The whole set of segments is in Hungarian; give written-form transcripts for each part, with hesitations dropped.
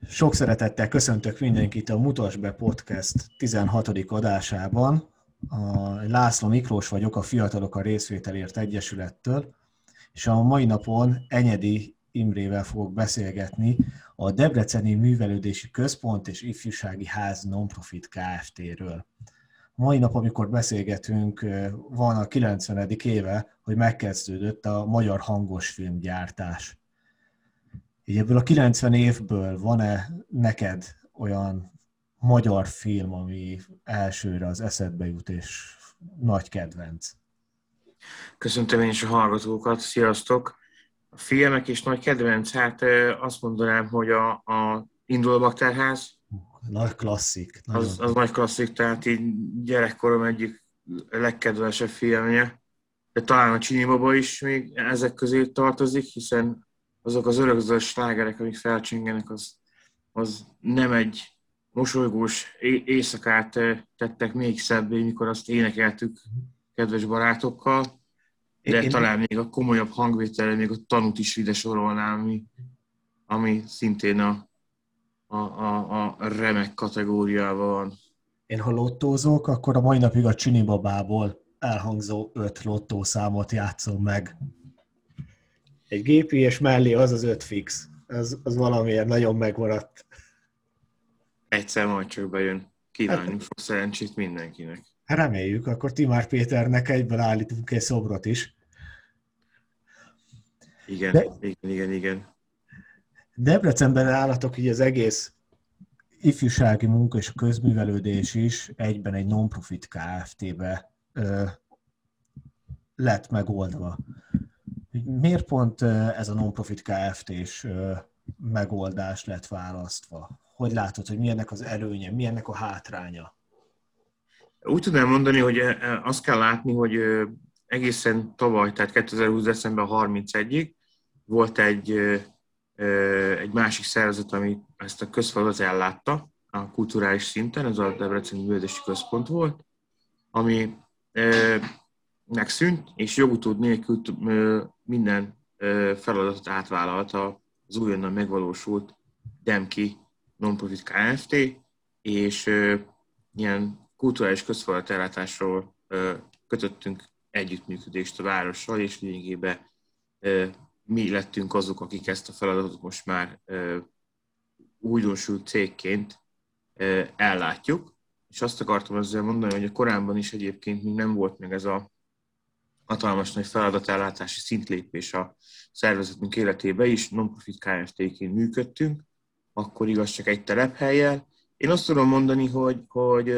Sok szeretettel köszöntök mindenkit a Mutasd be Podcast 16. adásában. László Miklós vagyok, a Fiatalok a Részvételért Egyesülettől, és a mai napon Enyedi Imrével fogok beszélgetni a Debreceni Művelődési Központ és Ifjúsági Ház Nonprofit Kft-ről. A mai nap, amikor beszélgetünk, van a 90. éve, hogy megkezdődött a magyar hangosfilmgyártás. Így ebből a 90 évből van-e neked olyan magyar film, ami elsőre az eszedbe jut, és nagy kedvenc? Köszöntöm én is a hallgatókat, sziasztok! A filmek és nagy kedvenc, hát azt mondanám, hogy a Indul a Bakterház. Nagy klasszik. Az nagy klasszik, tehát így gyerekkorom egyik legkedvesebb filmje. De talán a Csini Baba is még ezek közé tartozik, hiszen azok az örökzöld slágerek, amik felcsengenek, az nem egy mosolygós éjszakát tettek még szebbé, mikor azt énekeltük kedves barátokkal, de talán még a komolyabb hangvételre még a Tanút is ide sorolnám, ami szintén a remek kategóriában van. Én ha lottózok, akkor a mai napig a Csini Babából elhangzó 5 lottószámot játszom meg. Egy gépi és mellé az 5 fix. Az valamiért nagyon megmaradt. Egyszer majd csak bejön. Kívánjuk sok szerencsét mindenkinek. Reméljük, akkor Timár Péternek egyből állítunk egy szobrot is. Igen. Debrecenben állatok így az egész ifjúsági munka és a közművelődés is egyben egy non-profit Kft-be lett megoldva. Miért pont ez a non-profit Kft-s megoldás lett választva? Hogy látod, hogy milyennek az előnye, milyennek a hátránya? Úgy tudnám mondani, hogy azt kell látni, hogy egészen tavaly, tehát 2020. december 31-ig volt egy másik szervezet, ami ezt a közfeladatot ellátta a kulturális szinten, ez a Debreceni Művelődési Központ volt, ami megszűnt, és jogutód nélkül minden feladatot átvállalta az újonnan megvalósult Demki Nonprofit Kft. És ilyen kulturális közfeladatellátásról kötöttünk együttműködést a várossal, és lényegében mi lettünk azok, akik ezt a feladatot most már újdonsült cégként ellátjuk. És azt akartam ezzel mondani, hogy a korábban is egyébként még nem volt meg ez a hatalmas nagy feladatellátási szintlépés a szervezetünk életébe is, non-profit Kft-ként működtünk, akkor igaz csak egy telephellyel. Én azt tudom mondani, hogy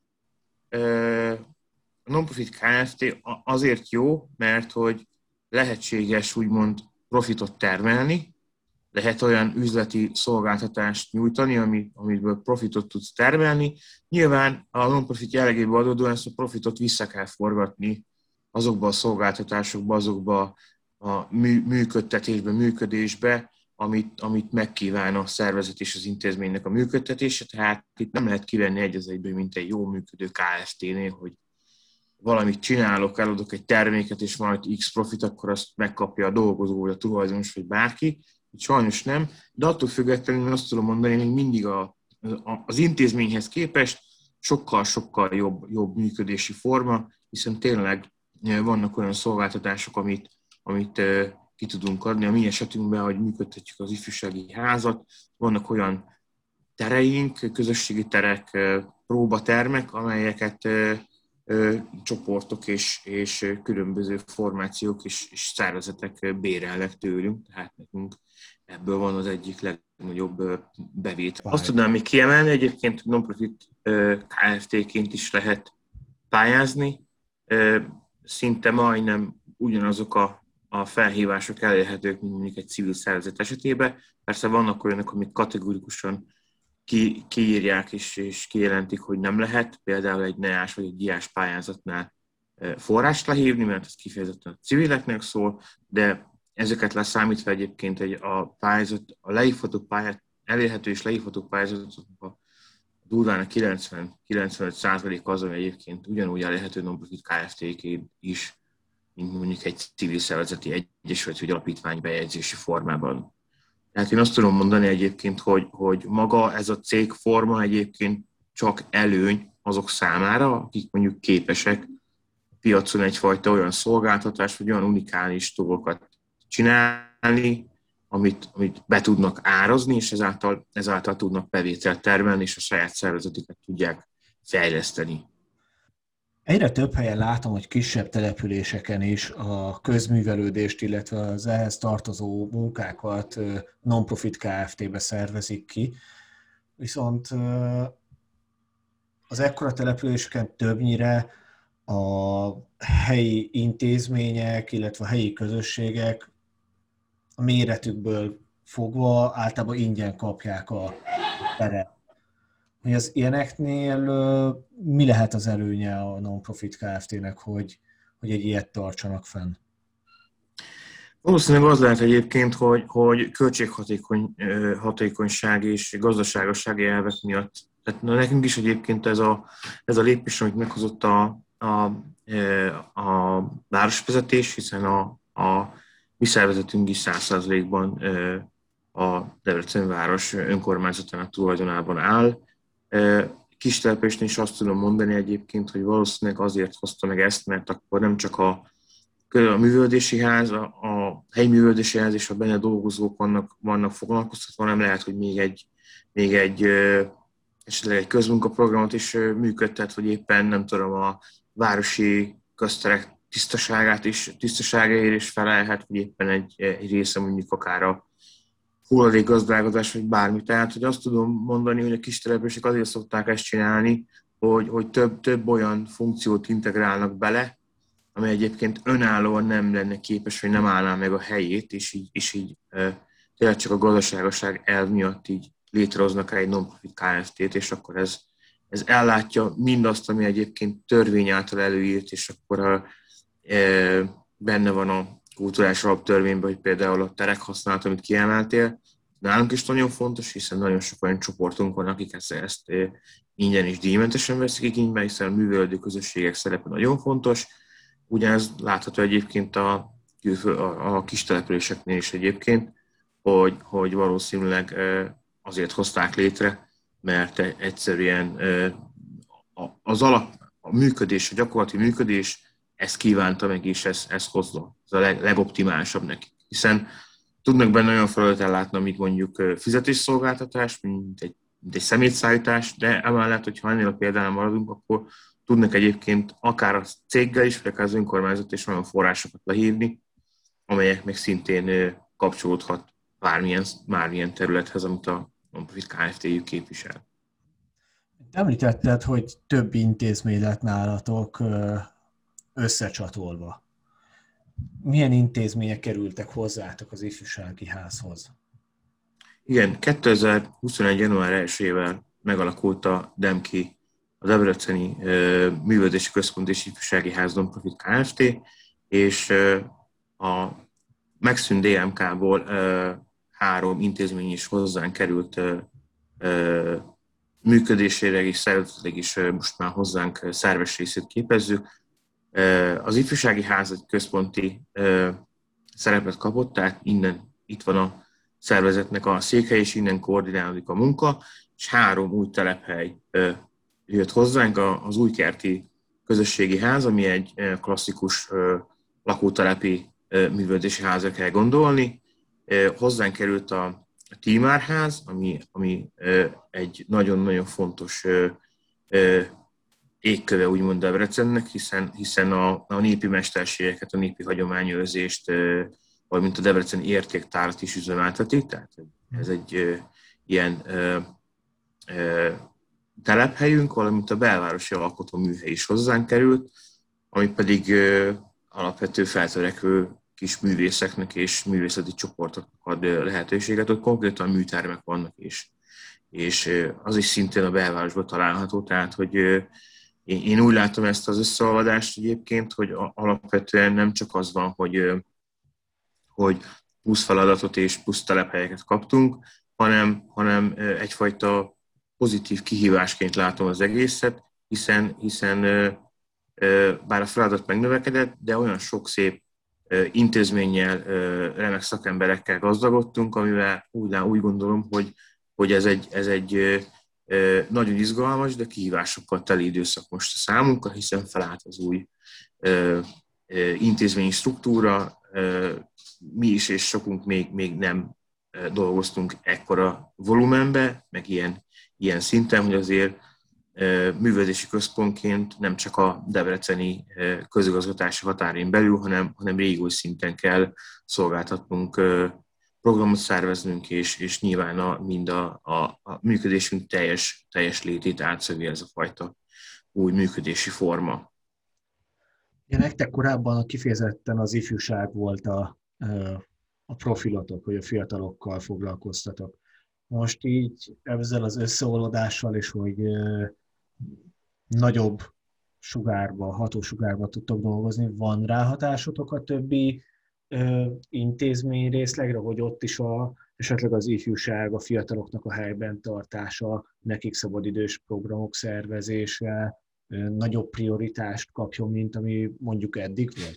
a non-profit Kft. Azért jó, mert hogy lehetséges úgymond profitot termelni, lehet olyan üzleti szolgáltatást nyújtani, amiből profitot tudsz termelni. Nyilván a non-profit jellegéből adódóan ezt a profitot vissza kell forgatni azokba a szolgáltatásokba, azokba a működtetésbe, működésbe, amit megkíván a szervezet és az intézménynek a működtetése. Tehát itt nem lehet kivenni egy az egyből, mint egy jó működő Kft-nél, hogy valamit csinálok, eladok egy terméket, és majd X profit, akkor azt megkapja a dolgozó, vagy a tulajdonos, vagy bárki. Itt sajnos nem, de attól függetlenül azt tudom mondani, hogy mindig az intézményhez képest sokkal-sokkal jobb működési forma, hiszen tényleg vannak olyan szolgáltatások, amit ki tudunk adni. A mi esetünkben, hogy működtetjük az ifjúsági házat, vannak olyan tereink, közösségi terek, próbatermek, amelyeket csoportok és különböző formációk és szervezetek bérelnek tőlünk, tehát nekünk ebből van az egyik legnagyobb bevétel. Azt tudnám még kiemelni, egyébként non-profit Kft-ként is lehet pályázni, szinte majdnem ugyanazok a felhívások elérhetők, mint mondjuk egy civil szervezet esetében. Persze vannak olyanok, amik kategórikusan kiírják és kijelentik, hogy nem lehet, például egy NEÁS vagy egy diás pályázatnál forrást lehívni, mert ez kifejezetten a civileknek szól, de ezeket leszámítva egyébként elérhető és leívható pályázatoknak a durván a 90-95% az, ami egyébként ugyanúgy elérhető non-profit Kft-ként is, mint mondjuk egy civil szervezeti egyesület vagy alapítvány bejegyzési formában. Tehát én azt tudom mondani egyébként, hogy maga ez a cégforma egyébként csak előny azok számára, akik mondjuk képesek piacon egyfajta olyan szolgáltatást, vagy olyan unikális dolgokat csinálni, amit be tudnak árazni, és ezáltal tudnak bevételt termelni, és a saját szervezetüket tudják fejleszteni. Egyre több helyen látom, hogy kisebb településeken is a közművelődést, illetve az ehhez tartozó munkákat non-profit Kft-be szervezik ki. Viszont az ekkora településeken többnyire a helyi intézmények, illetve a helyi közösségek a méretükből fogva általában ingyen kapják a teret. Hogy az ilyeneknél mi lehet az előnye a non-profit Kft-nek, hogy egy ilyet tartsanak fenn? Valószínűleg az lehet egyébként, hogy költséghatékonyság és gazdaságossági elvek miatt. Tehát nekünk is egyébként ez a lépés, amit meghozott a városvezetés, hiszen a mi szervezetünk is 100%-ban a Debrecen város önkormányzatának tulajdonában áll. Kis településen is azt tudom mondani egyébként, hogy valószínűleg azért hozta meg ezt, mert akkor nem csak a művelődési ház, a helyi művelődési ház és a benne dolgozók vannak foglalkoztatva, hanem lehet, hogy még egy esetleg egy közmunkaprogramot is működtet, vagy éppen nem tudom, a városi közterek tisztaságáért is felelhet, vagy éppen egy része mondjuk akár a hulladékgazdálkodás, vagy bármi. Tehát, hogy azt tudom mondani, hogy a kis települések azért szokták ezt csinálni, hogy több olyan funkciót integrálnak bele, ami egyébként önállóan nem lenne képes, vagy nem állná meg a helyét, és így tényleg csak a gazdaságosság elv miatt így létrehoznak egy non-profit Kft-t, és akkor ez ellátja mindazt, ami egyébként törvény által előírt, és akkor benne van a kulturális alaptörvényben, hogy például a terek használat, amit kiemeltél, nálunk is nagyon fontos, hiszen nagyon sok olyan csoportunk van, akik ezt ingyen és díjmentesen veszik igénybe, hiszen a művelődő közösségek szerepe nagyon fontos. Ugyanez látható egyébként a kis településeknél is egyébként, hogy valószínűleg azért hozták létre, mert egyszerűen a működés, a gyakorlati működés ezt kívánta meg, és ezt hozza. Ez a legoptimálisabb nekik. Hiszen tudnak benne olyan feladatot ellátni, amit mondjuk fizetésszolgáltatás, mint egy szemétszállítás, de emellett, hogyha ennél a példánál maradunk, akkor tudnak egyébként akár a céggel is, vagy akár az önkormányzat is olyan forrásokat lehívni, amelyek meg szintén kapcsolódhat bármilyen területhez, amit a non-profit Kft-jük képvisel. Említetted, hogy több intézmény lett nálatok összecsatolva. Milyen intézmények kerültek hozzátok az ifjúsági házhoz? Igen, 2021. január 1-ével megalakult a DEMKI, a Debreceni Művelődési Központ és Ifjúsági Ház non-profit Kft., és a megszűnt DMK-ból 3 intézmény is hozzánk került működésére és szervezetileg is most már hozzánk szerves részét képezzük. Az ifjúsági ház egy központi szerepet kapott, tehát itt van a szervezetnek a székhely, és innen koordinálódik a munka, és 3 új telephely jött hozzánk, az Újkerti Közösségi Ház, ami egy klasszikus lakótelepi művelődési házra kell gondolni. Hozzánk került a Tímárház, ami egy nagyon-nagyon fontos égköve úgymond Debrecennek, hiszen a népi mesterségeket, a népi hagyományőrzést, valamint a Debreceni értéktárat is üzemeltetik, tehát ez egy ilyen telephelyünk, valamint a belvárosi alkotóműhely is hozzánk került, ami pedig alapvető feltörekvő kis művészeknek és művészeti csoportoknak ad lehetőséget, hogy konkrétan műtermek vannak és az is szintén a belvárosban található, tehát hogy én úgy látom ezt az összeolvadást egyébként, hogy alapvetően nem csak az van, hogy plusz feladatot és plusz telephelyeket kaptunk, hanem egyfajta pozitív kihívásként látom az egészet, hiszen bár a feladat megnövekedett, de olyan sok szép intézménnyel, remek szakemberekkel gazdagodtunk, amivel úgy gondolom, hogy ez egy nagyon izgalmas, de kihívásokkal teli időszak most a számunkra, hiszen felállt az új intézményi struktúra, mi is és sokunk még nem dolgoztunk ekkora volumenbe, meg ilyen szinten, hogy azért művelődési központként nem csak a debreceni közigazgatási határén belül, hanem régiós szinten kell szolgáltatnunk, programot szerveznünk, és nyilván mind a működésünk teljes létét átszövi ez a fajta új működési forma. Ja, nektek korábban kifejezetten az ifjúság volt a profilotok, hogy a fiatalokkal foglalkoztatok. Most így ezzel az összeolvadással, és hogy nagyobb sugárba, hatósugárba tudtok dolgozni, van ráhatásotok a többi intézmény részlegre, hogy ott is esetleg az ifjúság, a fiataloknak a helyben tartása, nekik szabadidős programok szervezése nagyobb prioritást kapjon, mint ami mondjuk eddig volt?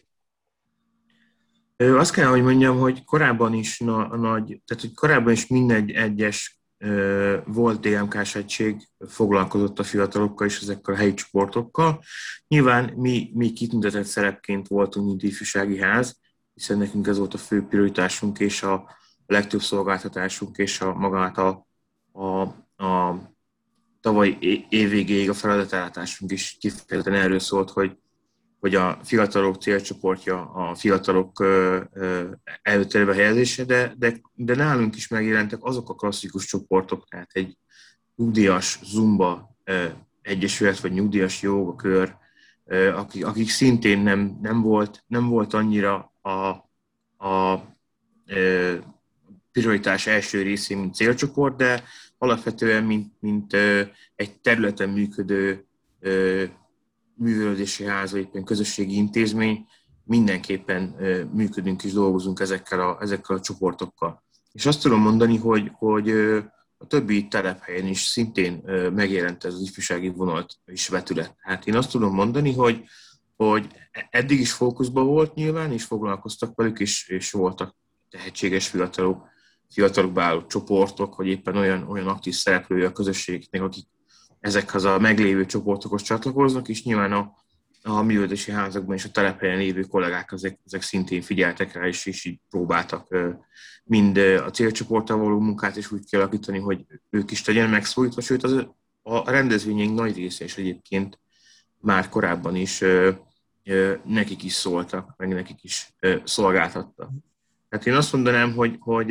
Azt kell, hogy mondjam, hogy korábban is tehát hogy korábban is minden egyes volt DMK-s egység foglalkozott a fiatalokkal és ezekkel a helyi csoportokkal. Nyilván mi kitüntetett szerepként voltunk, mint ifjúsági ház, hiszen nekünk ez volt a fő prioritásunk és a legtöbb szolgáltatásunk, és magát a tavaly évvégéig a feladatellátásunk is kifejezetten erről szólt, hogy a fiatalok célcsoportja, a fiatalok előtérbe helyezése, de nálunk is megjelentek azok a klasszikus csoportok, tehát egy nyugdíjas zumba egyesület, vagy nyugdíjas jogakör, akik szintén nem volt annyira a prioritás első részén, mint célcsoport, de alapvetően, mint egy területen működő művelődési ház, vagy éppen közösségi intézmény, mindenképpen működünk és dolgozunk ezekkel a csoportokkal. És azt tudom mondani, hogy a többi telephelyen is szintén megjelent ez az ifjúsági vonalt és vetület. Hát én azt tudom mondani, hogy eddig is fókuszban volt nyilván, és foglalkoztak velük, és voltak tehetséges fiatalokba álló csoportok, vagy éppen olyan aktív szereplői a közösségnek, akik ezekhez a meglévő csoportokhoz csatlakoznak, és nyilván a művelődési házakban és a telephelyen lévő kollégák ezek szintén figyeltek rá, és így próbáltak mind a célcsoporttal való munkát is úgy kialakítani, hogy ők is tegyenek megszólítva, sőt a rendezvényeink nagy része is egyébként már korábban is nekik is szóltak, meg nekik is szolgáltattak. Hát én azt mondanám, hogy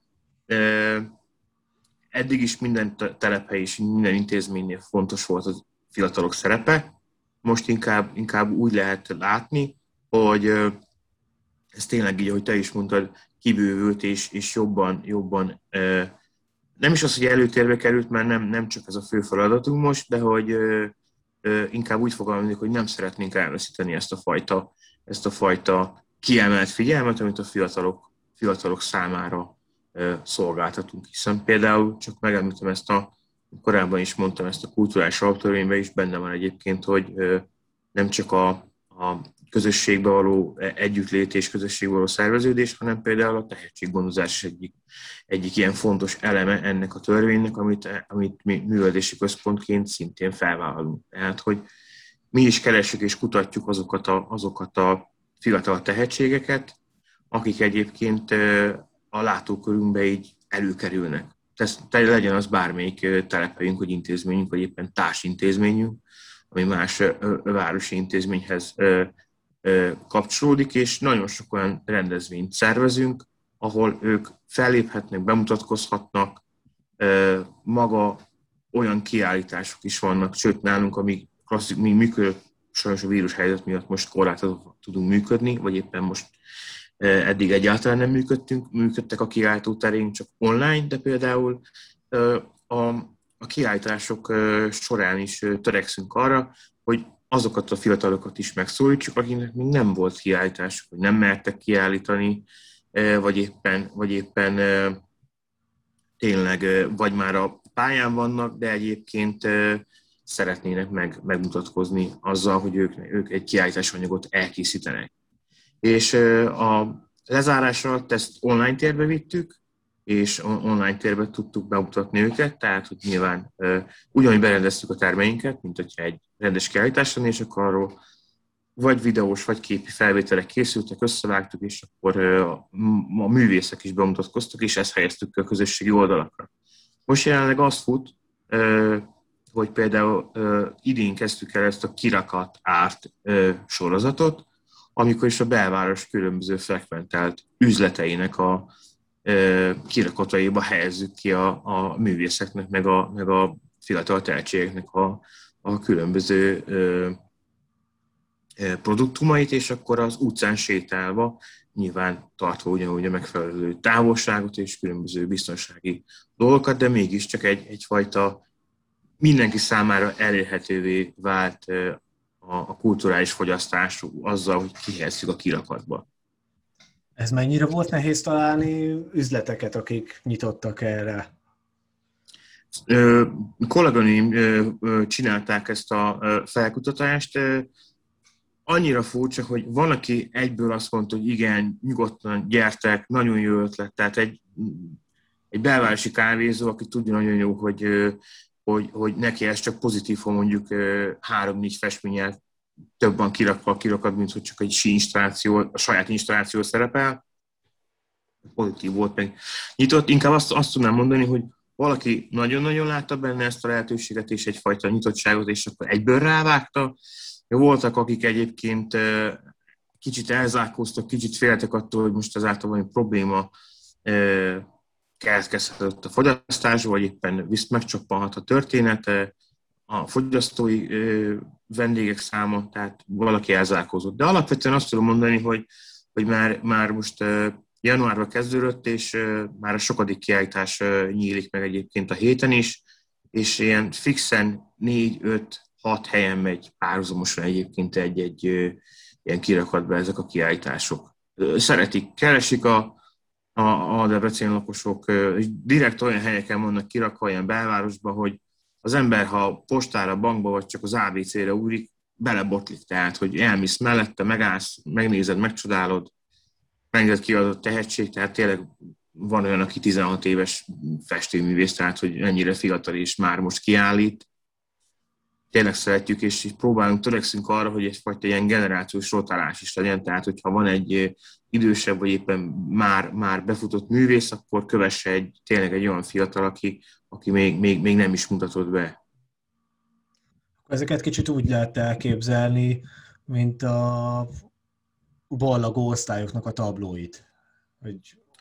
eddig is minden telephely és minden intézménynél fontos volt a fiatalok szerepe. Most inkább úgy lehet látni, hogy ez tényleg így, ahogy te is mondtad, kibővült és jobban nem is az, hogy előtérbe került, mert nem csak ez a fő feladatunk most, de hogy inkább úgy fogalmazunk, hogy nem szeretnénk elveszíteni ezt a fajta kiemelt figyelmet, amit a fiatalok számára szolgáltatunk, hiszen például csak megemlítem korábban is mondtam, ezt a kulturális alaptörvényben is benne van egyébként, hogy nem csak a közösségbe való együttlét és közösségbe való szerveződés, hanem például a tehetséggondozás is egyik ilyen fontos eleme ennek a törvénynek, amit mi művelődési központként szintén felvállalunk. Tehát, hogy mi is keressük és kutatjuk azokat a fiatal tehetségeket, akik egyébként a látókörünkbe így előkerülnek. Legyen az bármelyik telephelyünk, vagy intézményünk, vagy éppen társintézményünk, ami más városi intézményhez kapcsolódik, és nagyon sok olyan rendezvényt szervezünk, ahol ők felléphetnek, bemutatkozhatnak, maga olyan kiállítások is vannak, sőt nálunk, amíg működött, sajnos a vírushelyzet miatt most korlátozottan tudunk működni, vagy éppen most eddig egyáltalán nem működtek a kiállító terénk, csak online, de például a kiállítások során is törekszünk arra, hogy azokat a fiatalokat is megszólítsuk, akiknek még nem volt kiállításuk, vagy nem mertek kiállítani, vagy éppen tényleg vagy már a pályán vannak, de egyébként szeretnének megmutatkozni azzal, hogy ők egy kiállításanyagot elkészítenek. És a lezárásra alatt ezt online térbe vittük, és online térbe tudtuk bemutatni őket, tehát hogy nyilván ugyanúgy berendeztük a termeinket, mint hogyha egy rendes kiállítás lenné, és akkor arról vagy videós, vagy képi felvételek készültek, összevágtuk, és akkor a művészek is bemutatkoztak, és ezt helyeztük a közösségi oldalakra. Most jelenleg az fut, hogy például idén kezdtük el ezt a Kirakat Art sorozatot, amikor is a belváros különböző frekventált üzleteinek a kirakataiba helyezzük ki a művészeknek, meg a fiatal tehetségeknek a különböző produktumait, és akkor az utcán sétálva, nyilván tartva ugyanúgy a megfelelő távolságot és különböző biztonsági dolgokat, de mégiscsak egyfajta mindenki számára elérhetővé vált a kulturális fogyasztás azzal, hogy kihelyezzük a kirakatba. Ez mennyire volt nehéz találni üzleteket, akik nyitottak erre? Kolléganőim csinálták ezt a felkutatást. Annyira furcsa, hogy van, aki egyből azt mondta, hogy igen, nyugodtan gyertek, nagyon jó ötlet. Tehát egy belvárosi kávézó, aki tudja nagyon jó, hogy neki ez csak pozitív, ha mondjuk 3-4 festménnyel több van kirakva a kirakat, mint hogy csak egy installáció, a saját installáció szerepel. Pozitív volt meg nyitott. Inkább azt tudnám mondani, hogy valaki nagyon-nagyon látta benne ezt a lehetőséget és egyfajta nyitottságot, és akkor egyből rávágta. Voltak, akik egyébként kicsit elzárkóztak, kicsit féltek attól, hogy most ezáltal valami probléma keletkezhetett a fogyasztásban, vagy éppen megcsappanhat a történet, a fogyasztói vendégek száma, tehát valaki elzárkózott. De alapvetően azt tudom mondani, hogy már most januárban kezdődött, és már a sokadik kiállítás nyílik meg egyébként a héten is, és ilyen fixen 4-5-6 helyen megy párhuzamosan egyébként egy ilyen kirakatba ezek a kiállítások. Szeretik, keresik a debreceni lakosok, direkt olyan helyeken vannak kirakva, ilyen belvárosban, hogy az ember, ha postára, bankba, vagy csak az ABC-re úrik, belebotlik, tehát, hogy elmész mellette, megállsz, megnézed, megcsodálod, rengeteg kiadott tehetség, tehát tényleg van olyan, aki 16 éves festőművész, tehát, hogy ennyire fiatal és már most kiállít. Tényleg szeretjük, és törekszünk arra, hogy egyfajta ilyen generációs rotálás is legyen, tehát hogyha van egy idősebb, vagy éppen már befutott művész, akkor kövesse tényleg egy olyan fiatal, aki még nem is mutatott be. Ezeket kicsit úgy lehet elképzelni, mint a ballagó osztályoknak a tablóit. Hogy...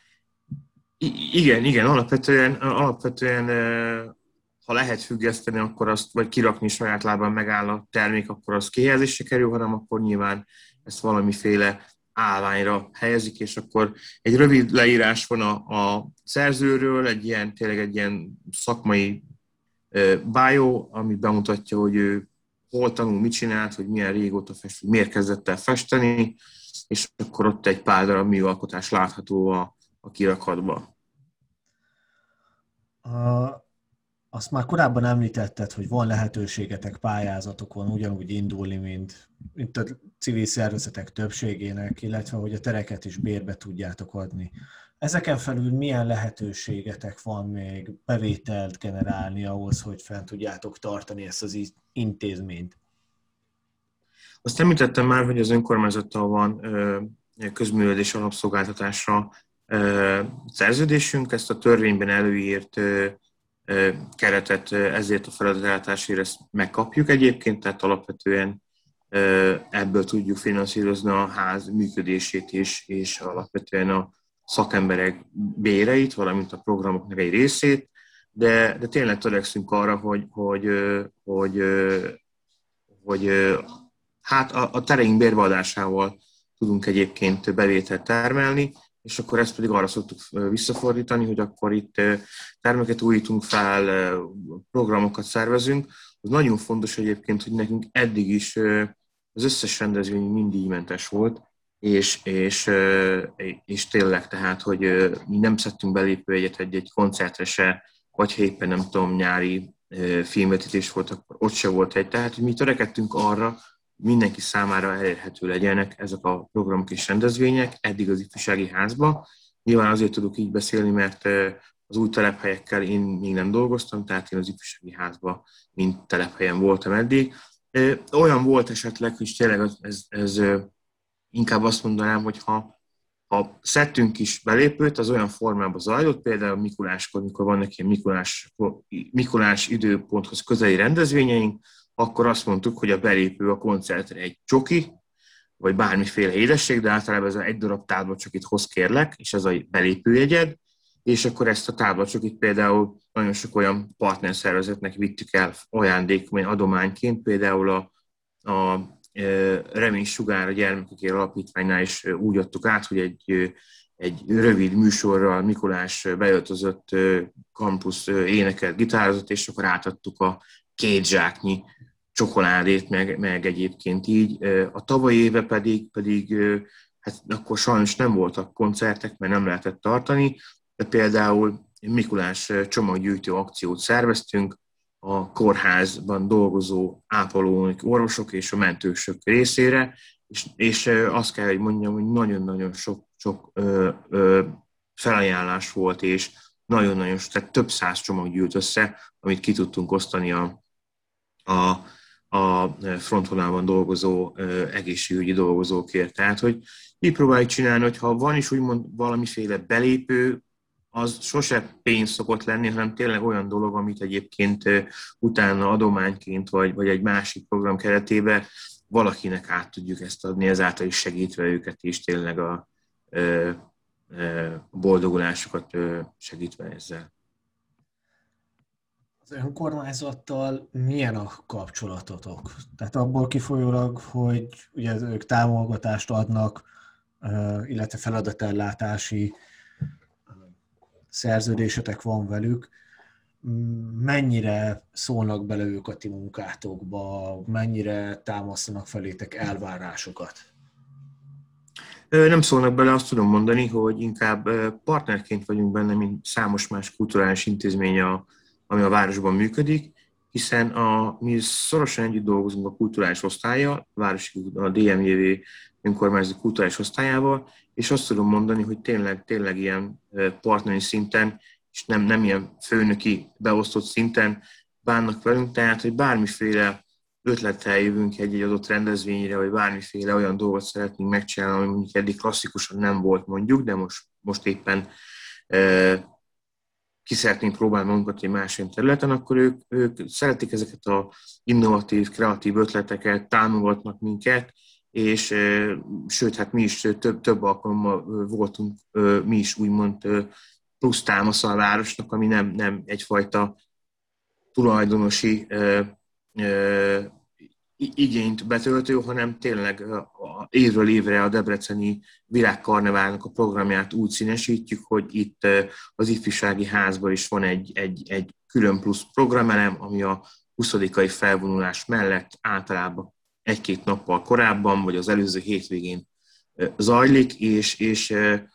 Igen, alapvetően ha lehet függeszteni, akkor azt, vagy kirakni saját lábán megáll a termék, akkor az kihelyezésre kerül, hanem akkor nyilván ezt valamiféle állványra helyezik, és akkor egy rövid leírás van a szerzőről, tényleg egy ilyen szakmai bio, ami bemutatja, hogy ő hol tanul, mit csinált, hogy milyen régóta fest, miért kezdett el festeni, és akkor ott egy pár darab műalkotás látható a kirakatban. Azt már korábban említetted, hogy van lehetőségetek pályázatokon ugyanúgy indulni, mint a civil szervezetek többségének, illetve hogy a tereket is bérbe tudjátok adni. Ezeken felül milyen lehetőségetek van még bevételt generálni ahhoz, hogy fent tudjátok tartani ezt az intézményt? Azt említettem már, hogy az önkormányzattal van közművelés alapszolgáltatásra szerződésünk, ezt a törvényben előírt keretet ezért a feladatellátásért ezt megkapjuk egyébként, tehát alapvetően ebből tudjuk finanszírozni a ház működését is, és alapvetően a szakemberek béreit, valamint a programoknak egy részét, de tényleg törekszünk arra, hogy hát a tereink bérbeadásával tudunk egyébként bevételt termelni, és akkor ezt pedig arra szoktuk visszafordítani, hogy akkor itt terméket újítunk fel, programokat szervezünk. Az nagyon fontos egyébként, hogy nekünk eddig is az összes rendezvény mindig mentes volt, és tényleg tehát, hogy mi nem szedtünk belépőjegyet egy koncertre se, vagy ha éppen nem tudom, nyári filmvetítés volt, akkor ott se volt egy. Tehát, hogy mi törekedtünk arra, mindenki számára elérhető legyenek ezek a programok és rendezvények, eddig az ifjúsági házba. Nyilván azért tudok így beszélni, mert az új telephelyekkel én még nem dolgoztam, tehát én az ifjúsági házban mint telephelyen voltam eddig. Olyan volt esetleg, hogy tényleg ez inkább azt mondanám, hogy ha szedtünk is belépőt, az olyan formában zajlott, például Mikuláskor, amikor vannak ilyen Mikulás időponthoz közeli rendezvényeink, akkor azt mondtuk, hogy a belépő a koncertre egy csoki, vagy bármiféle édesség, de általában ez egy darab táblacsokit hoz kérlek, és ez a belépőjegyed, és akkor ezt a táblacsokit például nagyon sok olyan partnerszervezetnek vittük el ajándékként, adományként, például a Remény Sugár a Gyermekekért Alapítványnál is úgy adtuk át, hogy egy rövid műsorral Mikulás beöltözött kampusz énekelt, gitározott, és akkor átadtuk a 2 zsáknyi csokoládét, meg egyébként így. A tavalyi éve pedig hát akkor sajnos nem voltak koncertek, mert nem lehetett tartani, de például Mikulás csomaggyűjtő akciót szerveztünk, a kórházban dolgozó ápolók, orvosok és a mentősök részére, és azt kell, hogy mondjam, hogy nagyon-nagyon sok felajánlás volt, és nagyon-nagyon, tehát több 100 csomag gyűlt össze, amit ki tudtunk osztani a frontvonalban dolgozó egészségügyi dolgozókért. Tehát, hogy így próbáljuk csinálni, hogy ha van is úgymond valamiféle belépő, az sose pénz szokott lenni, hanem tényleg olyan dolog, amit egyébként utána adományként, vagy egy másik program keretében valakinek át tudjuk ezt adni, ezáltal is segítve őket, és tényleg a boldogulásukat segítve ezzel. Az önkormányzattal milyen a kapcsolatotok? Tehát abból kifolyólag, hogy ugye ők támogatást adnak, illetve feladatellátási szerződésetek van velük, mennyire szólnak bele ők a ti munkátokba, mennyire támasztanak felétek elvárásokat? Nem szólnak bele, azt tudom mondani, hogy inkább partnerként vagyunk benne, mint számos más kulturális intézmény, ami a városban működik, hiszen mi szorosan együtt dolgozunk a kulturális osztállyal, a DMJV önkormányzati kulturális osztályával, és azt tudom mondani, hogy tényleg ilyen partneri szinten, és nem ilyen főnöki beosztott szinten bánnak velünk, tehát, hogy bármiféle ötlettel jövünk egy adott rendezvényre, vagy bármiféle olyan dolgot szeretnénk megcsinálni, ami mondjuk eddig klasszikusan nem volt mondjuk, de most éppen ki szeretnénk próbálni magunkat egy másik területen, akkor ők szeretik ezeket az innovatív, kreatív ötleteket, támogatnak minket, és sőt, hát mi is több alkalommal voltunk, mi is úgymond plusz támasz a városnak, ami nem egyfajta tulajdonosi igényt betöltő, hanem tényleg évről évre a debreceni virágkarneválnak a programját úgy színesítjük, hogy itt az ifjúsági házban is van egy külön plusz programelem, ami a 20. felvonulás mellett általában 1-2 nappal korábban, vagy az előző hétvégén zajlik, és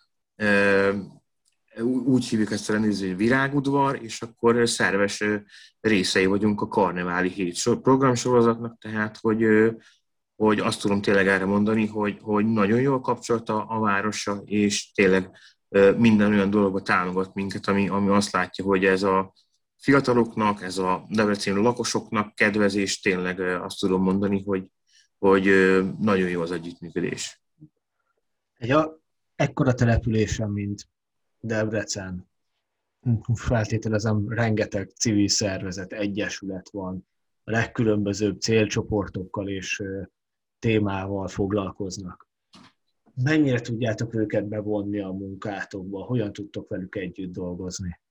úgy hívjuk ezt a rendezvényt, hogy virágudvar, és akkor szerves részei vagyunk a karneváli hét programsorozatnak, tehát hogy azt tudom tényleg erre mondani, hogy nagyon jól kapcsolta a városa, és tényleg minden olyan dologba támogat minket, ami azt látja, hogy ez a fiataloknak, ez a debreceni lakosoknak kedvezés, tényleg azt tudom mondani, hogy nagyon jó az együttműködés. Ekkora településen, mint Debrecen, feltételezem, rengeteg civil szervezet, egyesület van, a legkülönbözőbb célcsoportokkal és témával foglalkoznak. Mennyire tudjátok őket bevonni a munkátokba? Hogyan tudtok velük együtt dolgozni?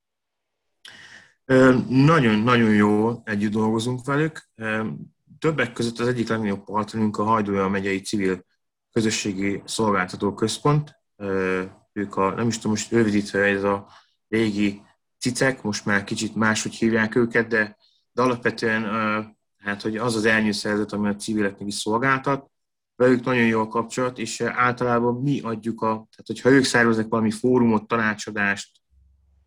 Nagyon jó együtt dolgozunk velük. Többek között az egyik legnagyobb partnerünk a Hajdú megyei civil közösségi szolgáltató központ. Ők nem is tudom, most rövidítve ez a régi cicek, most már kicsit máshogy hívják őket, de alapvetően hát, hogy az elnyőszervezet, ami a civileknek is szolgáltat, velük nagyon jó a kapcsolat, és általában mi adjuk tehát hogyha ők szerveznek valami fórumot, tanácsadást,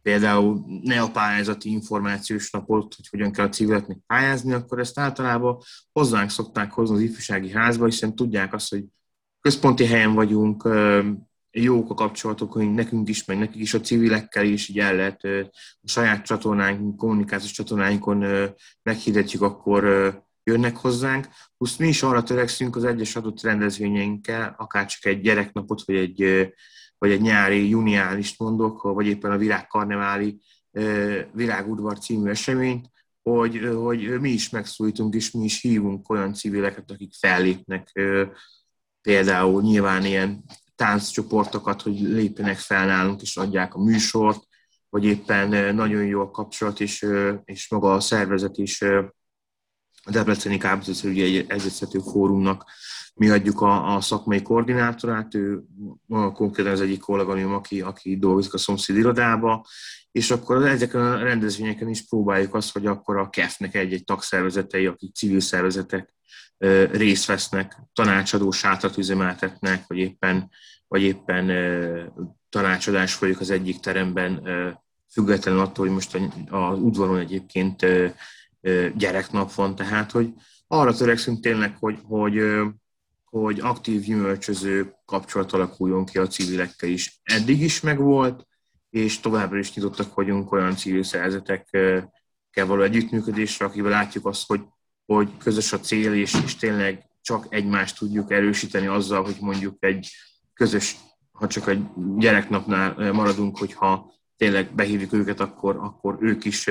például ne a pályázati információs napot, hogy hogyan kell a civileknek pályázni, akkor ezt általában hozzánk szokták hozni az ifjúsági házba, hiszen tudják azt, hogy központi helyen vagyunk, jók a kapcsolatok, hogy nekünk is, meg nekik is a civilekkel is, így el lehet a saját csatornáink, kommunikációs csatornáinkon meghirdetjük, akkor jönnek hozzánk. Plusz mi is arra törekszünk az egyes adott rendezvényeinkkel, akár csak egy gyereknapot, vagy egy nyári juniálist mondok, vagy éppen a virágkarneváli Virágudvar című eseményt, hogy mi is megszólítunk, és mi is hívunk olyan civileket, akik fellépnek, például nyilván ilyen tánccsoportokat, hogy lépjenek fel nálunk, és adják a műsort, vagy éppen nagyon jó a kapcsolat, és maga a szervezet is, a Debreceni Kábítószerügyi Egyeztető Fórumnak mi adjuk a szakmai koordinátorát, ő konkrétan az egyik kolléganőm, aki dolgozik a szomszéd irodába, és akkor ezeken a rendezvényeken is próbáljuk azt, hogy akkor a KEF-nek egy-egy tagszervezetei, akik civil szervezetek részt vesznek, tanácsadó sátrat üzemeltetnek, vagy éppen tanácsadás folyik az egyik teremben, függetlenül attól, hogy most az udvaron egyébként gyereknap van, tehát hogy arra törekszünk tényleg, hogy aktív gyümölcsöző kapcsolat alakuljon ki a civilekkel is. Eddig is megvolt, és továbbra is nyitottak vagyunk olyan civil szervezetekkel való együttműködésre, akivel látjuk azt, hogy közös a cél, és tényleg csak egymást tudjuk erősíteni azzal, hogy mondjuk egy közös, ha csak egy gyereknapnál maradunk, hogyha tényleg behívjuk őket, akkor ők is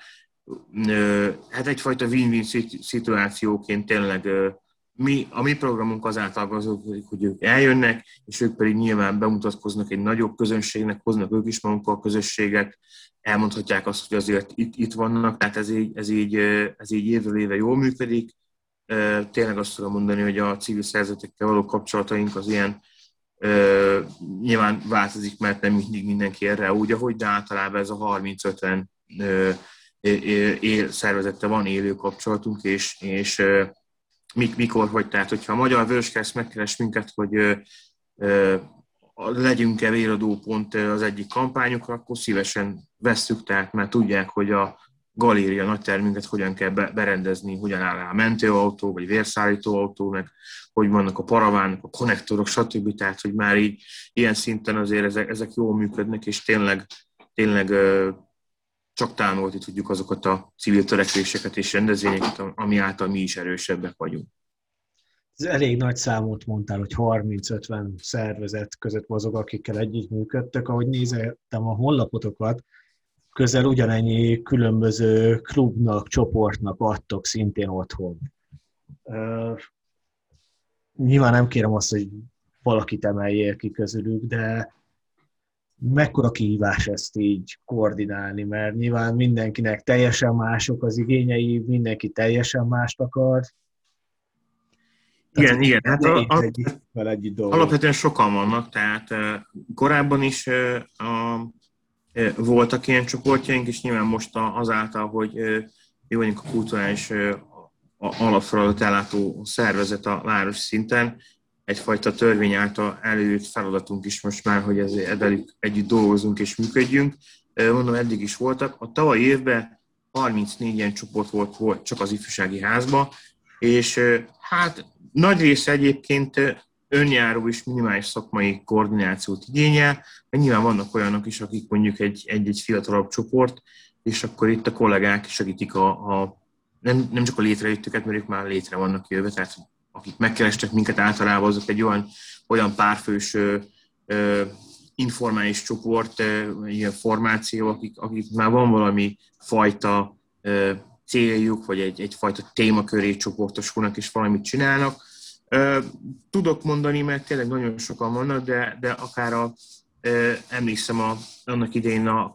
hát egyfajta win-win szituációként tényleg a mi programunk azáltal gazdagodik, hogy ők eljönnek, és ők pedig nyilván bemutatkoznak egy nagyobb közönségnek, hoznak ők is magukkal a közösséget, elmondhatják azt, hogy azért itt vannak, tehát ez így évről éve jól működik. Tényleg azt tudom mondani, hogy a civil szervezetekkel való kapcsolataink az ilyen nyilván változik, mert nem mindig mindenki erre úgy, ahogy, de általában ez a 30-50 szervezettel van élő kapcsolatunk, és mikor, hogy tehát, hogyha a Magyar Vöröskereszt megkeres minket, hogy legyünk-e véradópont az egyik kampányokra, akkor szívesen vesszük, tehát már tudják, hogy a galéria nagytermünket hogyan kell berendezni, hogyan áll rá a mentőautó, vagy vérszállítóautó, meg hogy vannak a paravánok, a konnektorok, stb. Tehát, hogy már így ilyen szinten azért ezek jól működnek, és tényleg csak támogatni tudjuk azokat a civil törekvéseket és rendezvényeket, ami által mi is erősebbek vagyunk. Ez elég nagy számot mondtál, hogy 30-50 szervezet között mozog, akikkel együttműködtök. Ahogy nézettem a honlapotokat, közel ugyanennyi különböző klubnak, csoportnak adtok szintén otthon. Nyilván nem kérem azt, hogy valakit emeljél ki közülük, de mekkora kihívás ezt így koordinálni, mert nyilván mindenkinek teljesen mások az igényei, mindenki teljesen mást akar. Igen. Hát dolgozni. Alapvetően sokan vannak, tehát korábban is voltak ilyen csoportjaink, és nyilván most azáltal, hogy mi vagyunk a kulturális alapfeladat ellátó szervezet a város szinten, egyfajta törvény által előírt feladatunk is most már, hogy ezzel együtt dolgozunk és működjünk. Mondom, eddig is voltak. A tavalyi évben 34 ilyen csoport volt csak az ifjúsági házban, és hát nagy része egyébként önjáró és minimális szakmai koordinációt igényel, mert nyilván vannak olyanok is, akik mondjuk egy fiatalabb csoport, és akkor itt a kollégák segítik nem csak a létrejöttüket, mert ők már létre vannak jöve, tehát akik megkerestek minket általában, azok egy olyan párfős informális csoport, ilyen formáció, akik már van valami fajta céljuk, vagy egyfajta témaköré csoportosulnak és valamit csinálnak. Tudok mondani, mert tényleg nagyon sokan vannak, de akár emlékszem annak idején a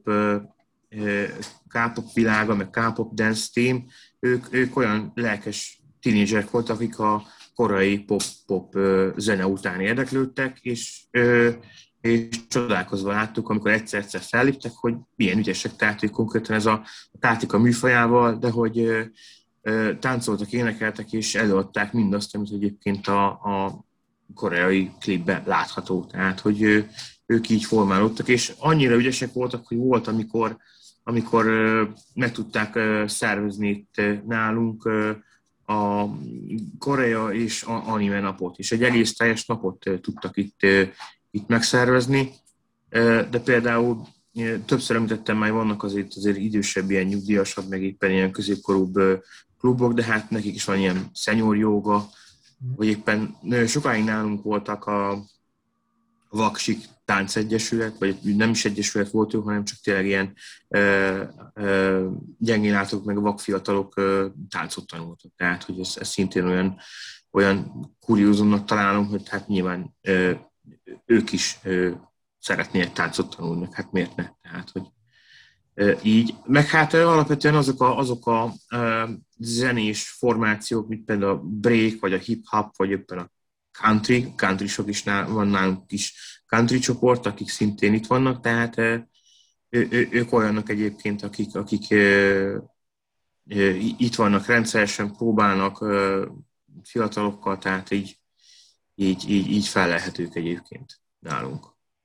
K-pop világa, meg K-pop dance team, ők olyan lelkes tínédzserek voltak, akik a korai pop zene után érdeklődtek, és csodálkozva láttuk, amikor egyszer felléptek, hogy milyen ügyesek, tehát hogy konkrétan ez a tátika műfajával, de hogy táncoltak, énekeltek, és előadták mindazt, amit egyébként a koreai klipben látható. Tehát, hogy ők így formálódtak, és annyira ügyesek voltak, hogy volt, amikor meg tudták szervezni itt nálunk a Korea és anime napot, és egy egész teljes napot tudtak itt megszervezni, de például többször említettem már, vannak azért idősebb, ilyen nyugdíjasabb, meg éppen ilyen középkorúbb klubok, de hát nekik is van ilyen senior jóga, vagy éppen sokáig nálunk voltak a Vaksik Táncegyesület, vagy nem is egyesület volt ő, hanem csak tényleg ilyen gyengén látók, meg a vakfiatalok táncot tanultak. Tehát, hogy ez szintén olyan kuriózumnak találom, hogy hát nyilván ők is szeretnének táncot tanulni, hát miért ne? Tehát, hogy így. Meg hát alapvetően azok a zenés formációk, mint például a break, vagy a hip-hop, vagy éppen a country-sok is van nálunk is country csoport, akik szintén itt vannak, tehát ők olyanok egyébként, akik itt vannak rendszeresen, próbálnak fiatalokkal, tehát így fellelhetők egyébként nálunk.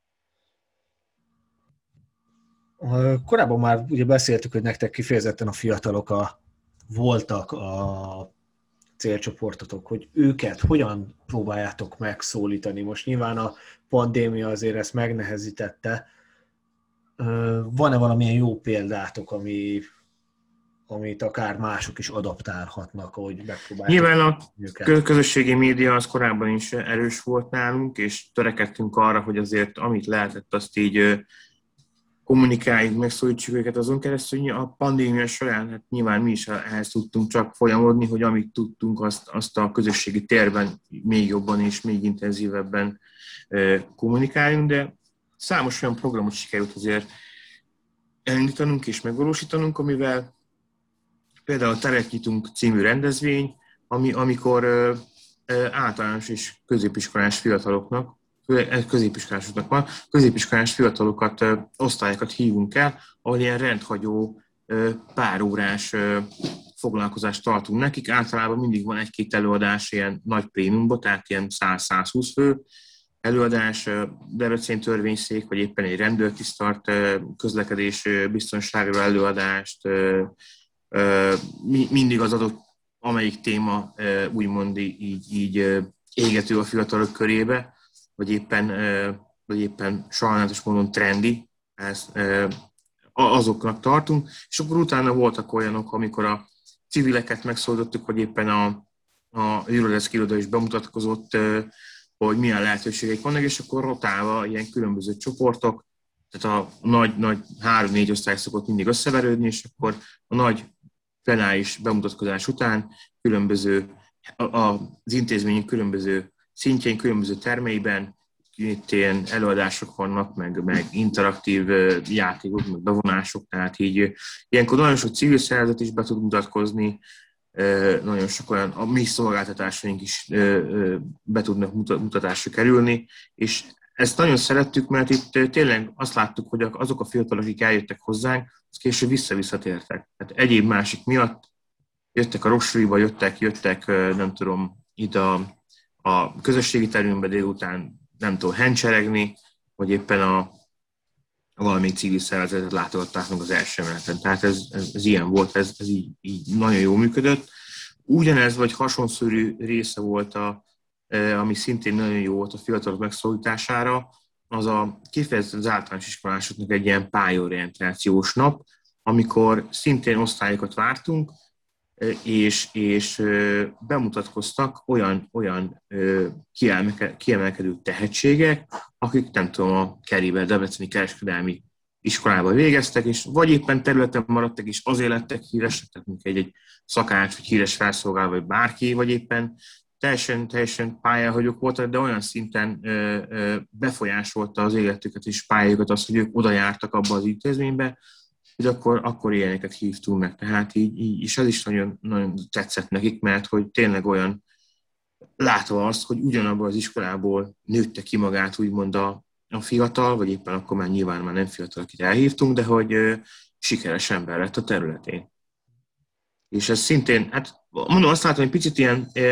Korábban már ugye beszéltük, hogy nektek kifejezetten a fiatalok voltak a célcsoportotok, hogy őket hogyan próbáljátok megszólítani. Most nyilván a pandémia azért ezt megnehezítette. Van-e valamilyen jó példátok, amit akár mások is adaptálhatnak, ahogy megpróbálják? Nyilván a közösségi média az korábban is erős volt nálunk, és törekedtünk arra, hogy azért amit lehetett, azt így kommunikáljuk, megszólítsuk őket azon keresztül, hogy a pandémia során hát nyilván mi is ehhez tudtunk csak folyamodni, hogy amit tudtunk, azt a közösségi térben még jobban és még intenzívebben kommunikáljunk, de számos olyan programot sikerült azért elindítanunk és megvalósítanunk, amivel például a Teret nyitunk című rendezvény, amikor általános és középiskolás fiataloknak, középiskolásoknak van, középiskolás fiatalokat, osztályokat hívunk el, ahol ilyen rendhagyó párórás foglalkozást tartunk nekik. Általában mindig van egy-két előadás ilyen nagy prémiumban, tehát ilyen 100-120 fő előadás, Debrecen törvényszék, vagy éppen egy rendőrtiszt tart közlekedés biztonságról előadást, mindig az adott, amelyik téma úgymond így égető a fiatalok körébe, vagy éppen sajnálatos módon trendi, azoknak tartunk, és akkor utána voltak olyanok, amikor a civileket megszólítottuk, hogy éppen a Eurodesc iroda is bemutatkozott, hogy milyen lehetőségek vannak, és akkor rotálva ilyen különböző csoportok, tehát a nagy 3-4 osztály szokott mindig összeverődni, és akkor a nagy plenáris bemutatkozás után az intézményünk különböző szintjén, különböző termeiben itt ilyen előadások vannak, meg interaktív játékok, meg bevonások, tehát így ilyenkor nagyon sok civil szervezet is be tud mutatkozni, nagyon sok olyan, a mi szolgáltatásaink is be tudnak mutatásra kerülni, és ezt nagyon szerettük, mert itt tényleg azt láttuk, hogy azok a fiatalok, akik eljöttek hozzánk, az később visszatértek. Tehát egyéb másik miatt jöttek a Rocksoriba, jöttek, nem tudom, itt a közösségi terünkbe délután, nem tudom, hencseregni, vagy éppen valamelyik civil szervezetet látogatták meg az első emeleten. Tehát ez ilyen volt, ez így nagyon jól működött. Ugyanez vagy hasonszörű része volt, ami szintén nagyon jó volt a fiatalok megszólítására, az a kifejezetten az általános iskolásoknak egy ilyen pályaorientációs nap, amikor szintén osztályokat vártunk, és bemutatkoztak olyan kiemelkedő tehetségek, akik nem tudom, a Keribe, Debreceni Kereskedelmi Iskolában végeztek, és vagy éppen területen maradtak, és azért lettek híresek, tehát mint egy szakács, vagy híres felszolgáló, vagy bárki, vagy éppen teljesen pályahagyók voltak, de olyan szinten befolyásolta az életüket és pályájukat az, hogy ők oda jártak abba az intézménybe, hogy akkor ilyeneket hívtunk meg. Tehát így és ez is nagyon, nagyon tetszett nekik, mert hogy tényleg olyan látva azt, hogy ugyanabban az iskolából nőtte ki magát úgymond a fiatal, vagy éppen akkor már nyilván már nem fiatal, akit elhívtunk, de hogy sikeres ember lett a területén. És ez szintén, hát mondom, azt látom, hogy picit ilyen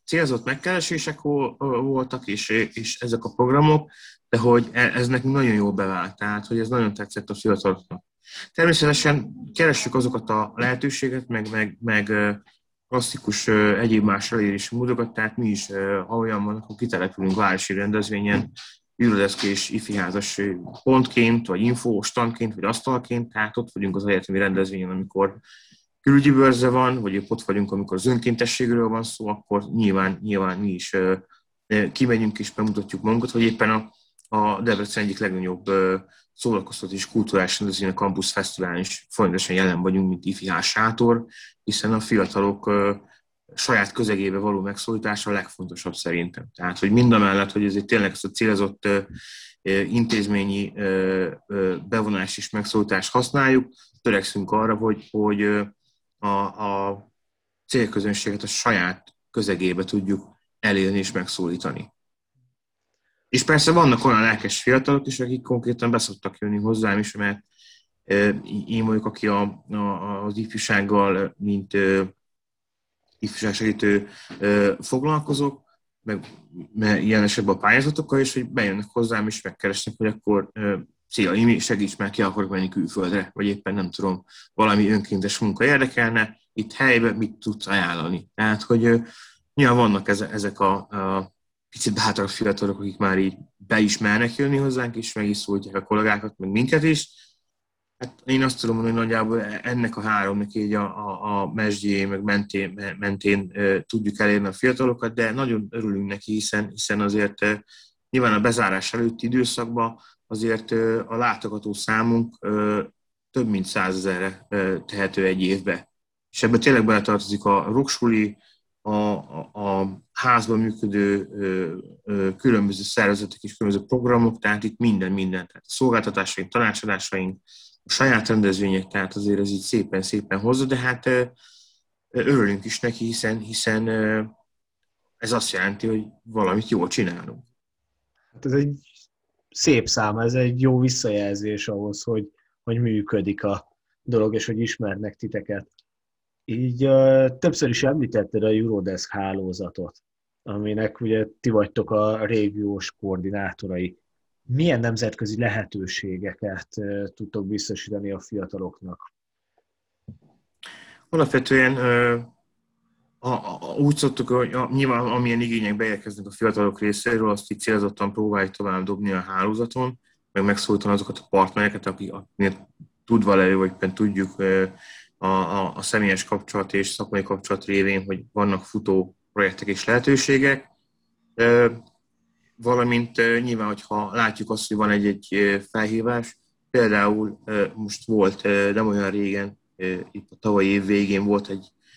célzott megkeresések voltak, és ezek a programok, de hogy ez nekünk nagyon jól bevált, tehát hogy ez nagyon tetszett a fiataloknak. Természetesen keressük azokat a lehetőséget, meg klasszikus egyéb más elérési módokat, tehát mi is, ha olyan van, akkor kitelepülünk városi rendezvényen, Eurodeszk és ifiházas pontként, vagy infostandként, vagy asztalként, tehát ott vagyunk az egyetemi rendezvényen, amikor külügyi bőrze van, vagy ott vagyunk, amikor az önkéntességről van szó, akkor nyilván mi is kimegyünk és bemutatjuk magunkat, hogy éppen a Debrecen egyik legnagyobb szórakoztató és kulturális rendezvény, a Campus Fesztiválon is folyamatosan jelen vagyunk, mint ifjás sátor, hiszen a fiatalok saját közegébe való megszólítása a legfontosabb szerintem. Tehát, hogy mindamellett, hogy ezért tényleg ezt a célzott intézményi bevonás és megszólítást használjuk, törekszünk arra, hogy a célközönséget a saját közegébe tudjuk elérni és megszólítani. És persze vannak olyan lelkes fiatalok is, akik konkrétan beszoktak jönni hozzám is, mert én vagyok, aki az ifjúsággal, mint ifjúságsegítő foglalkozok, meg ilyen esetben a pályázatokkal, és hogy bejönnek hozzám, és megkeresnek, hogy akkor szia, Imi, segíts már, ki akarok menni külföldre, vagy éppen nem tudom, valami önkéntes munka érdekelne, itt helyben mit tudsz ajánlani. Tehát, hogy nyilván vannak ezek a picit bátrabb fiatalok, akik már így beismernek jönni hozzánk, és meg is szólítják a kollégákat, meg minket is. Hát én azt tudom mondani, hogy nagyjából ennek a háromnak így a mesdjén, meg mentén tudjuk elérni a fiatalokat, de nagyon örülünk neki, hiszen azért nyilván a bezárás előtti időszakban azért a látogató számunk több mint 100 000-re tehető egy évbe. És ebben tényleg beletartozik a rocksuli, a házban működő különböző szervezetek és különböző programok, tehát itt minden, tehát a szolgáltatásaink, tanácsadásaink, a saját rendezvények, tehát azért ez így szépen hozza, de hát örülünk is neki, hiszen ez azt jelenti, hogy valamit jól csinálunk. Hát ez egy szép szám, ez egy jó visszajelzés ahhoz, hogy működik a dolog, és hogy ismernek titeket. Így többször is említetted a Eurodeszk hálózatot, aminek ugye ti vagytok a régiós koordinátorai. Milyen nemzetközi lehetőségeket tudtok biztosítani a fiataloknak? Alapvetően úgy szoktuk, hogy nyilván amilyen igények beérkeznek a fiatalok részéről, azt így célzottan próbáljuk tovább dobni a hálózaton, meg megszólítani azokat a partnereket, akiknél tudva levő, vagy éppen tudjuk a személyes kapcsolat és szakmai kapcsolat révén, hogy vannak futó projektek és lehetőségek, valamint nyilván, hogyha látjuk azt, hogy van egy felhívás, például most volt nem olyan régen, itt a tavalyi év végén volt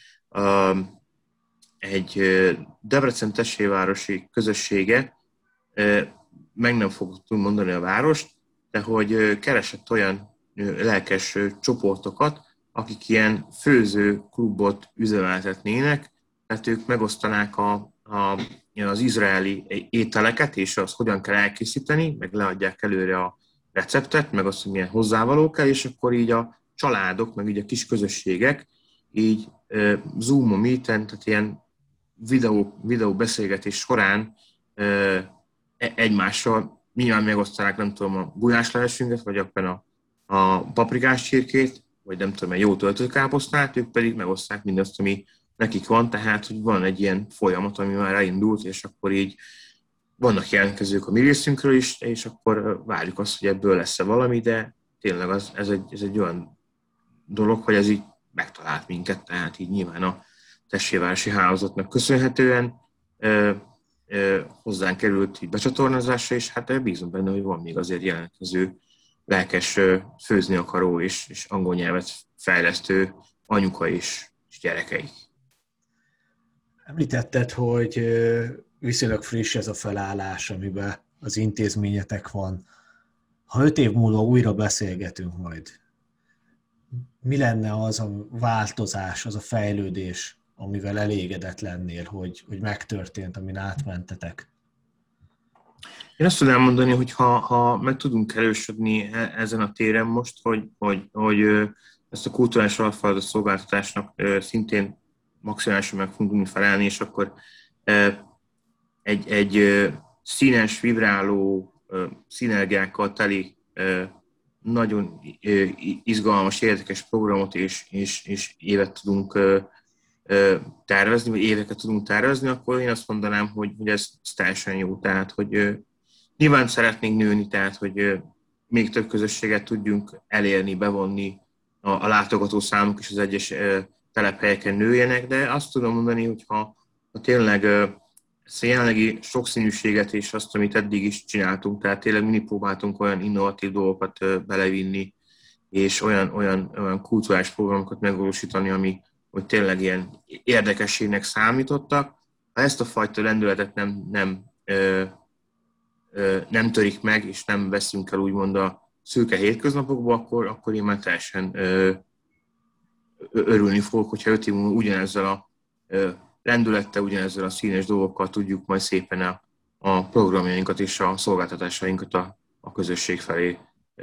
egy Debrecen testvérvárosi közössége, meg nem fogok mondani a várost, de hogy keresett olyan lelkes csoportokat, akik ilyen főző klubot üzemeltetnének, tehát ők megosztanák az izraeli ételeket, és azt hogyan kell elkészíteni, meg leadják előre a receptet, meg azt, hogy milyen hozzávaló kell, és akkor így a családok, meg így a kis közösségek így Zoom-on, Meet-en, tehát ilyen videó beszélgetés során egymással nyilván megosztanák, nem tudom, a gulyáslevesünket, vagy éppen a paprikás csirkét, vagy nem tudom, egy jó töltött káposztát, ők pedig megosztják mindazt, ami nekik van, tehát hogy van egy ilyen folyamat, ami már elindult, és akkor így vannak jelentkezők a mi részünkről is, és akkor várjuk azt, hogy ebből lesz-e valami, de tényleg ez egy olyan dolog, hogy ez így megtalált minket, tehát így nyilván a testvérvárosi hálózatnak köszönhetően hozzánk került így becsatornázásra, és hát bízom benne, hogy van még azért jelentkező lelkes főzni akaró és angol nyelvet fejlesztő anyuka és gyerekeik. Említetted, hogy viszonylag friss ez a felállás, amiben az intézményetek van. Ha 5 év múlva újra beszélgetünk majd, mi lenne az a változás, az a fejlődés, amivel elégedett lennél, hogy megtörtént, amin átmentetek? Én azt tudom mondani, hogy ha meg tudunk erősödni ezen a téren most, hogy ezt a kulturális alapfajta szolgáltatásnak szintén maximálisan meg fogunk tudni felelni, és akkor egy színes, vibráló, szinergiákkal teli, nagyon izgalmas, érdekes programot és évet tudunk tervezni, vagy éveket tudunk tervezni, akkor én azt mondanám, hogy ez teljesen jó. Tehát, hogy nyilván szeretnénk nőni, tehát, hogy még több közösséget tudjunk elérni, bevonni, a látogató számok is az egyes telephelyeken nőjenek, de azt tudom mondani, hogy ha tényleg ezt a jelenlegi sokszínűséget és azt, amit eddig is csináltunk, tehát tényleg mindig próbáltunk olyan innovatív dolgokat belevinni, és olyan kulturális programokat megvalósítani, ami hogy tényleg ilyen érdekességnek számítottak. Ha ezt a fajta lendületet nem törik meg, és nem veszünk el úgymond a szürke hétköznapokba, akkor én már teljesen örülni fogok, hogyha 5 év múlva ugyanezzel a lendülettel, ugyanezzel a színes dolgokkal tudjuk majd szépen a programjainkat és a szolgáltatásainkat a közösség felé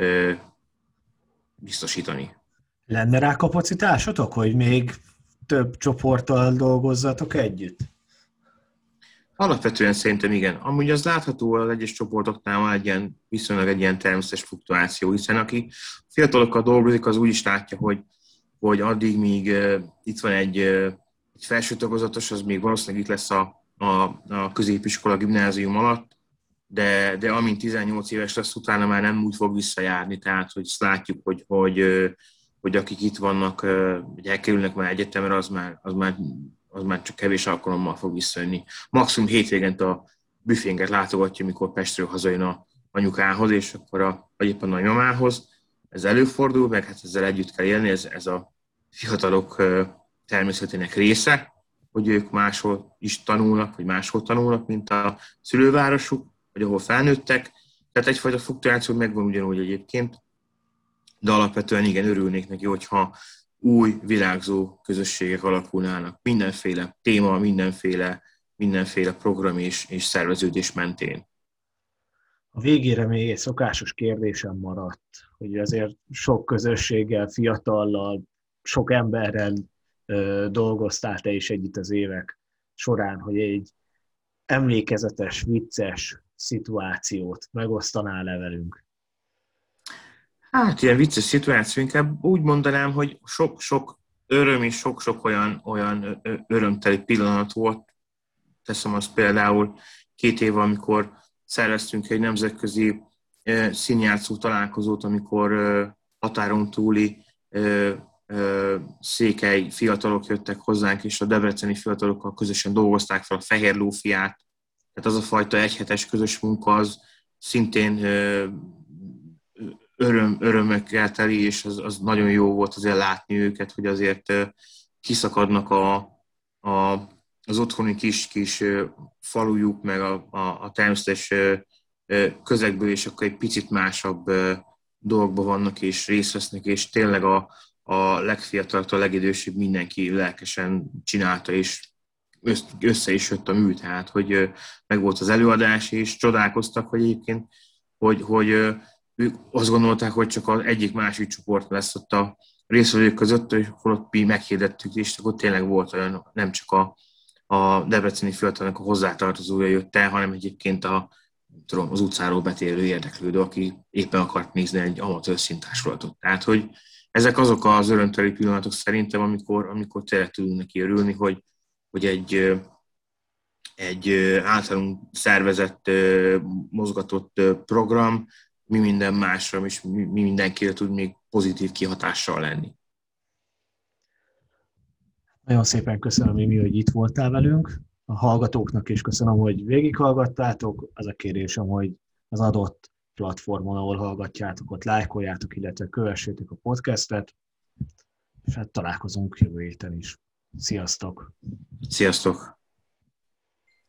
biztosítani. Lenne rá kapacitásotok, hogy még több csoporttal dolgozzatok együtt? Alapvetően szerintem igen. Amúgy az látható az egyes csoportoknál van viszonylag egy ilyen természetes fluktuáció, hiszen aki fiatalokkal dolgozik, az úgy is látja, hogy addig, míg itt van egy felső tagozatos, az még valószínűleg itt lesz a középiskola, gimnázium alatt, de amint 18 éves lesz, utána már nem úgy fog visszajárni, tehát hogy ezt látjuk, hogy akik itt vannak, hogy elkerülnek már egyetemre, az már csak kevés alkalommal fog visszajönni. Maximum hétvégent a büfénket látogatja, mikor Pestről hazajön a anyukához, és akkor vagy éppen a nagymamához. Ez előfordul, meg hát ezzel együtt kell élni, ez a fiatalok természetének része, hogy ők máshol is tanulnak, vagy máshol tanulnak, mint a szülővárosuk, vagy ahol felnőttek. Tehát egyfajta fluktuáció megvan ugyanúgy egyébként, de alapvetően igen, örülnék neki, hogyha új, virágzó közösségek alakulnának. Mindenféle téma, mindenféle program és szerveződés mentén. A végére még egy szokásos kérdésem maradt, hogy azért sok közösséggel, fiatallal, sok emberrel dolgoztál te is együtt az évek során, hogy egy emlékezetes, vicces szituációt megosztanál-e velünk? Hát ilyen vicces szituáció, inkább úgy mondanám, hogy sok-sok öröm és sok-sok olyan örömteli pillanat volt. Teszem azt például 2 év, amikor szerveztünk egy nemzetközi színjátszó találkozót, amikor határon túli székely fiatalok jöttek hozzánk, és a debreceni fiatalokkal közösen dolgozták fel a Fehér Lófiát. Tehát az a fajta egyhetes közös munka az szintén örömökkel teli, és az nagyon jó volt azért látni őket, hogy azért kiszakadnak az otthoni kis falujuk, meg a természetes közegből, és akkor egy picit másabb dolgokban vannak, és részt vesznek, és tényleg a legfiatalabb, a legidősebb mindenki lelkesen csinálta, és össze is jött a mű, tehát hogy meg volt az előadás, és csodálkoztak, hogy egyébként, hogy ők azt gondolták, hogy csak az egyik-másik csoport lesz ott a részvevők között, és akkor ott mi meghirdettük, és akkor tényleg volt olyan, nem csak a debreceni fiatalnak a hozzátartozója jött el, hanem egyébként az utcáról betérő érdeklődő, aki éppen akart nézni egy amatőr színtársulatot. Tehát, hogy ezek azok az örömteli pillanatok szerintem, amikor tényleg tudunk neki örülni, hogy egy általunk szervezett, mozgatott program mi minden másra, és mi mindenkire tud még pozitív kihatással lenni. Nagyon szépen köszönöm, Mimi, hogy itt voltál velünk. A hallgatóknak is köszönöm, hogy végighallgattátok. Az a kérésem, hogy az adott platformon, ahol hallgatjátok, ott lájkoljátok, illetve kövessétek a podcastet, és hát találkozunk jövő héten is. Sziasztok! Sziasztok!